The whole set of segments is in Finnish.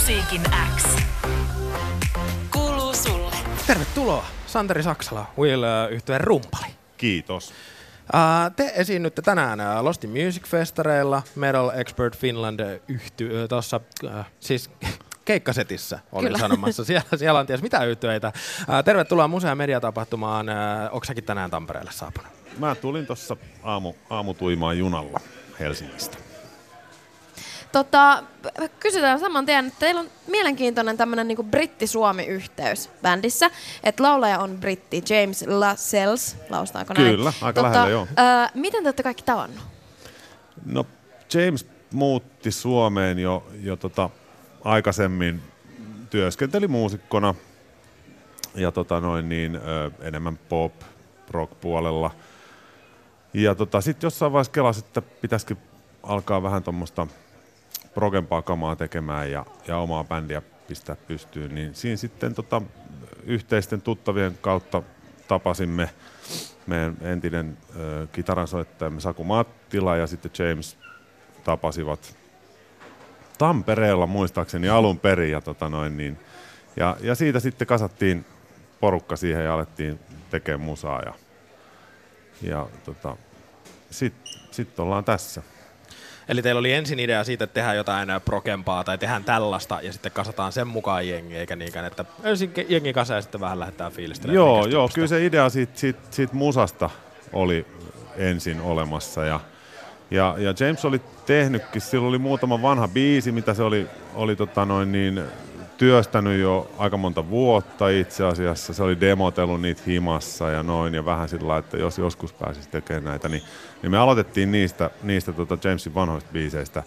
Musiikin X. Kuuluu sulle. Tervetuloa, Santeri Saksala, Will-yhtyeen rumpali. Kiitos. Te esiinnytte tänään Lost in Music-festareilla Metal Expert Finland tuossa siis keikkasetissä olin Kyllä. sanomassa. Siellä on ties mitä yhtyeitä. Tervetuloa Musea- ja mediatapahtumaan. Onko säkin tänään Tampereelle saapunut? Mä tulin tuossa aamutuimaan junalla Helsingistä. Kysytään saman tien, että teillä on mielenkiintoinen tämmönen niinku britti-Suomi-yhteys bändissä, että laulaja on britti James Lascelles, laustaako näin? Kyllä, aika lähellä joo. Miten te olette kaikki tavannut? No James muutti Suomeen jo aikaisemmin, työskenteli muusikkona ja enemmän pop, rock puolella. Ja sitten jossain vaiheessa kelasi, että pitäisikö alkaa vähän tuommoista progempaa kamaa tekemään ja omaa bändiä pistää pystyyn, niin siinä sitten yhteisten tuttavien kautta tapasimme meidän entinen kitaransoittajamme Saku Mattila ja sitten James tapasivat Tampereella muistaakseni alun perin ja siitä sitten kasattiin porukka siihen ja alettiin tekemään musaa ja sitten ollaan tässä. Eli teillä oli ensin idea siitä, että tehdään jotain progempaa tai tehdään tällaista ja sitten kasataan sen mukaan jengi, eikä niinkään, että ensin jengi kasa ja sitten vähän lähdetään fiilistelemään. Joo, kyllä se idea siitä musasta oli ensin olemassa ja James oli tehnytkin, sillä oli muutama vanha biisi, mitä se oli työstänyt jo aika monta vuotta itse asiassa. Se oli demotellut niitä himassa ja vähän sillä lailla, että jos joskus pääsisi tekemään näitä, niin me aloitettiin niistä Jamesin vanhoista biiseistä.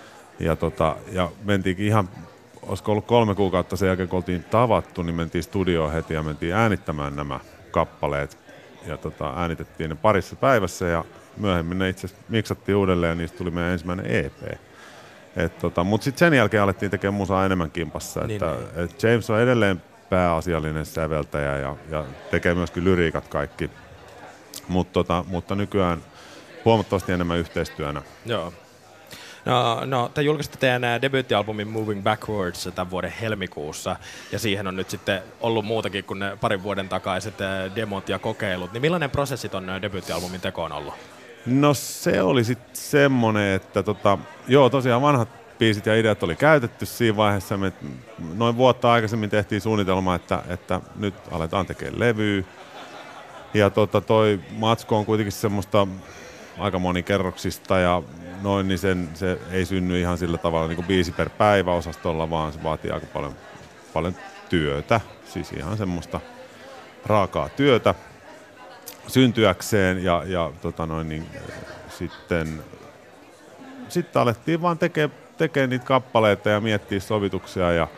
Ja mentiinkin ihan, olisiko ollut 3 kuukautta sen jälkeen, kun oltiin tavattu, niin mentiin studioon heti ja mentiin äänittämään nämä kappaleet. Ja äänitettiin ne parissa päivässä ja myöhemmin ne itse asiassa miksattiin uudelleen ja niistä tuli meidän ensimmäinen EP. Mutta sitten sen jälkeen alettiin tekemään musaa enemmän kimpassa. Et James on edelleen pääasiallinen säveltäjä ja tekee myöskin lyriikat kaikki, mutta nykyään huomattavasti enemmän yhteistyönä. Joo. No, te julkaisitte teidän debyyttialbumin Moving Backwards tämän vuoden helmikuussa, ja siihen on nyt sitten ollut muutakin kuin ne parin vuoden takaiset demot ja kokeilut. Niin millainen prosessi ton debyyttialbumin teko on ollut? No se oli sitten semmonen, että tosiaan vanhat biisit ja ideat oli käytetty siinä vaiheessa. Me noin vuotta aikaisemmin tehtiin suunnitelma, että nyt aletaan tekemään levyä. Ja toi matsko on kuitenkin semmoista aika monikerroksista ja niin se ei synny ihan sillä tavalla niin kuin biisi per päivä osastolla, vaan se vaatii aika paljon työtä. Siis ihan semmoista raakaa työtä syntyäkseen sitten alettiin vaan tekee niitä kappaleita ja miettiä sovituksia ja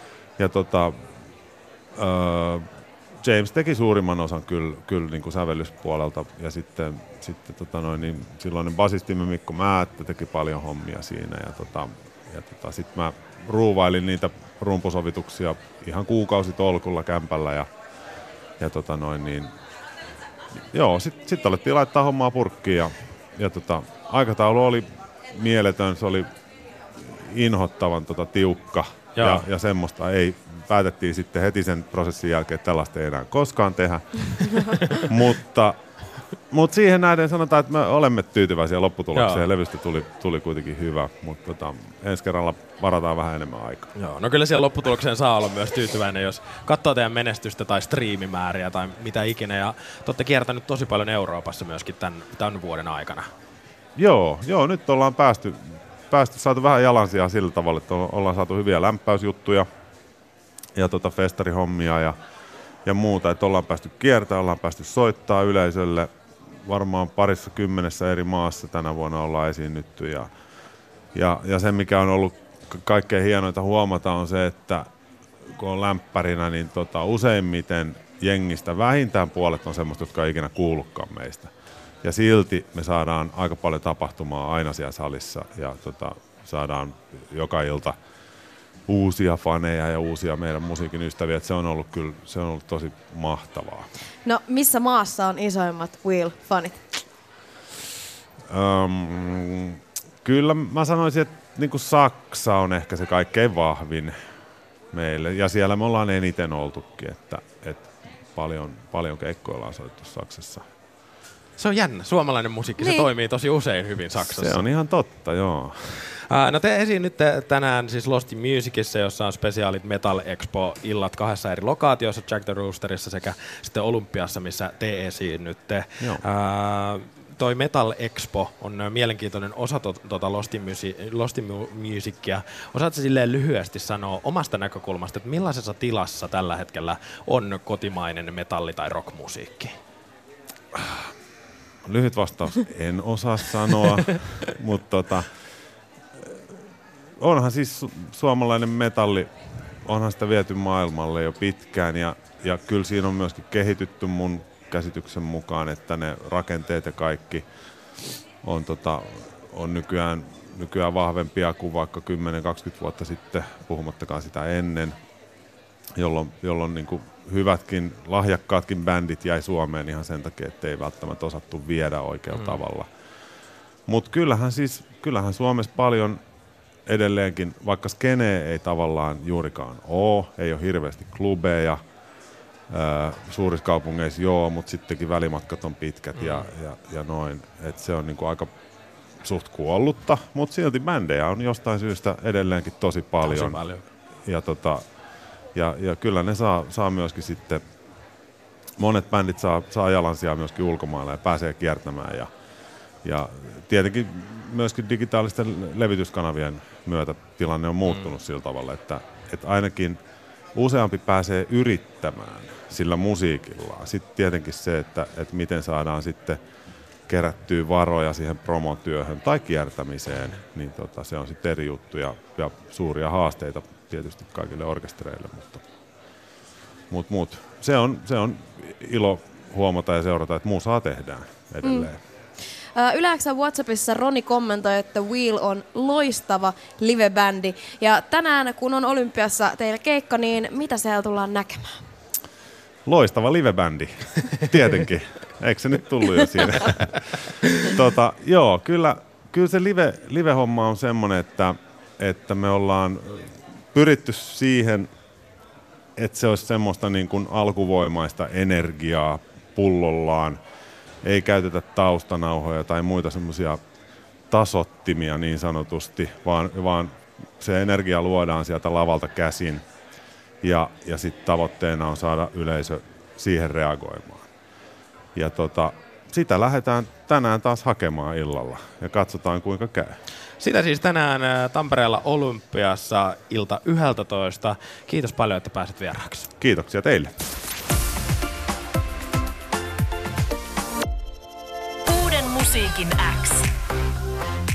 James teki suurimman osan kyllä niin kuin sävellyspuolelta ja sitten silloinen basistimme Mikko Määttä teki paljon hommia siinä ja sitten mä ruuvailin niitä rumpusovituksia ihan kuukausitolkulla kämpällä ja sitten alettiin laittaa hommaa purkkiin ja aikataulu oli mieletön, se oli inhottavan tiukka ja semmoista päätettiin sitten heti sen prosessin jälkeen, että tällaista ei enää koskaan tehdä. mutta siihen nähden sanotaan, että me olemme tyytyväisiä lopputulokseen ja levystä tuli kuitenkin hyvä, mutta ensi kerralla varataan vähän enemmän aikaa. Joo, no kyllä siellä lopputulokseen saa olla myös tyytyväinen, jos katsoo teidän menestystä tai striimimääriä tai mitä ikinä. Ja te olette kiertänyt tosi paljon Euroopassa myöskin tämän vuoden aikana. Joo, nyt ollaan saatu vähän jalansijaa sillä tavalla, että ollaan saatu hyviä lämpäysjuttuja ja festarihommia ja muuta, että ollaan päästy kiertämään, ollaan päästy soittaa yleisölle. Varmaan 20 eri maassa tänä vuonna ollaan esiinnytty ja se mikä on ollut kaikkein hienointa huomata on se, että kun on lämpärinä, niin useimmiten jengistä vähintään puolet on semmoista, jotka ei ikinä kuullutkaan meistä. Ja silti me saadaan aika paljon tapahtumaa aina siellä salissa ja saadaan joka ilta uusia faneja ja uusia meidän musiikin ystäviä. Se on ollut tosi mahtavaa. No missä maassa on isoimmat Will-fanit? Kyllä mä sanoisin, että niin kuin Saksa on ehkä se kaikkein vahvin meille. Ja siellä me ollaan eniten oltukin, että paljon keikkoja ollaan soittu Saksassa. Se on jännä. Suomalainen musiikki, Niin. se toimii tosi usein hyvin Saksassa. Se on ihan totta, joo. No te esiinnytte tänään siis Lost in Musicissa, jossa on spesiaalit Metal Expo-illat 2 eri lokaatiossa, Jack the Roosterissa sekä sitten Olympiassa, missä te esiinnytte. Toi Metal Expo on mielenkiintoinen osa Lost in Musicia. Osaatko silleen lyhyesti sanoa omasta näkökulmasta, että millaisessa tilassa tällä hetkellä on kotimainen metalli- tai rockmusiikki? Lyhyt vastaus, en osaa sanoa, mutta onhan siis suomalainen metalli, onhan sitä viety maailmalle jo pitkään ja kyllä siinä on myöskin kehitytty mun käsityksen mukaan, että ne rakenteet ja kaikki on nykyään vahvempia kuin vaikka 10-20 vuotta sitten, puhumattakaan sitä ennen, jolloin niin kuin hyvätkin, lahjakkaatkin bändit jäi Suomeen ihan sen takia, että ei välttämättä osattu viedä oikealla tavalla. Mutta kyllähän Suomessa paljon edelleenkin, vaikka skenee ei tavallaan juurikaan ole, ei ole hirveästi klubeja, suurissa kaupungeissa joo, mutta sittenkin välimatkat on pitkät ja noin. Et se on niinku aika suht kuollutta, mutta silti bändejä on jostain syystä edelleenkin tosi paljon. Ja kyllä ne saa myöskin sitten, monet bändit saa jalansijaa myöskin ulkomailla ja pääsee kiertämään. Ja tietenkin myöskin digitaalisten levityskanavien myötä tilanne on muuttunut sillä tavalla, että ainakin useampi pääsee yrittämään sillä musiikillaan. Sitten tietenkin se, että miten saadaan sitten kerättyä varoja siihen promotyöhön tai kiertämiseen, niin se on sitten eri juttu ja suuria haasteita tietysti kaikille orkestereille, mutta se on ilo huomata ja seurata, että musaa tehdään edelleen. Yle X:n WhatsAppissa Roni kommentoi, että Wheel on loistava livebändi. Ja tänään, kun on Olympiassa teillä keikka, niin mitä siellä tullaan näkemään? Loistava livebändi, tietenkin. Eikö se nyt tullut jo siinä? Joo, kyllä se live-homma on semmoinen, että me ollaan pyritty siihen, että se olisi semmoista niin kuin alkuvoimaista energiaa pullollaan. Ei käytetä taustanauhoja tai muita semmoisia tasottimia niin sanotusti, vaan se energia luodaan sieltä lavalta käsin ja sitten tavoitteena on saada yleisö siihen reagoimaan. Ja sitä lähdetään tänään taas hakemaan illalla ja katsotaan kuinka käy. Sitä siis tänään Tampereella Olympiassa ilta 11. Kiitos paljon, että pääsit vieraaksi. Kiitoksia teille. Uuden musiikin X.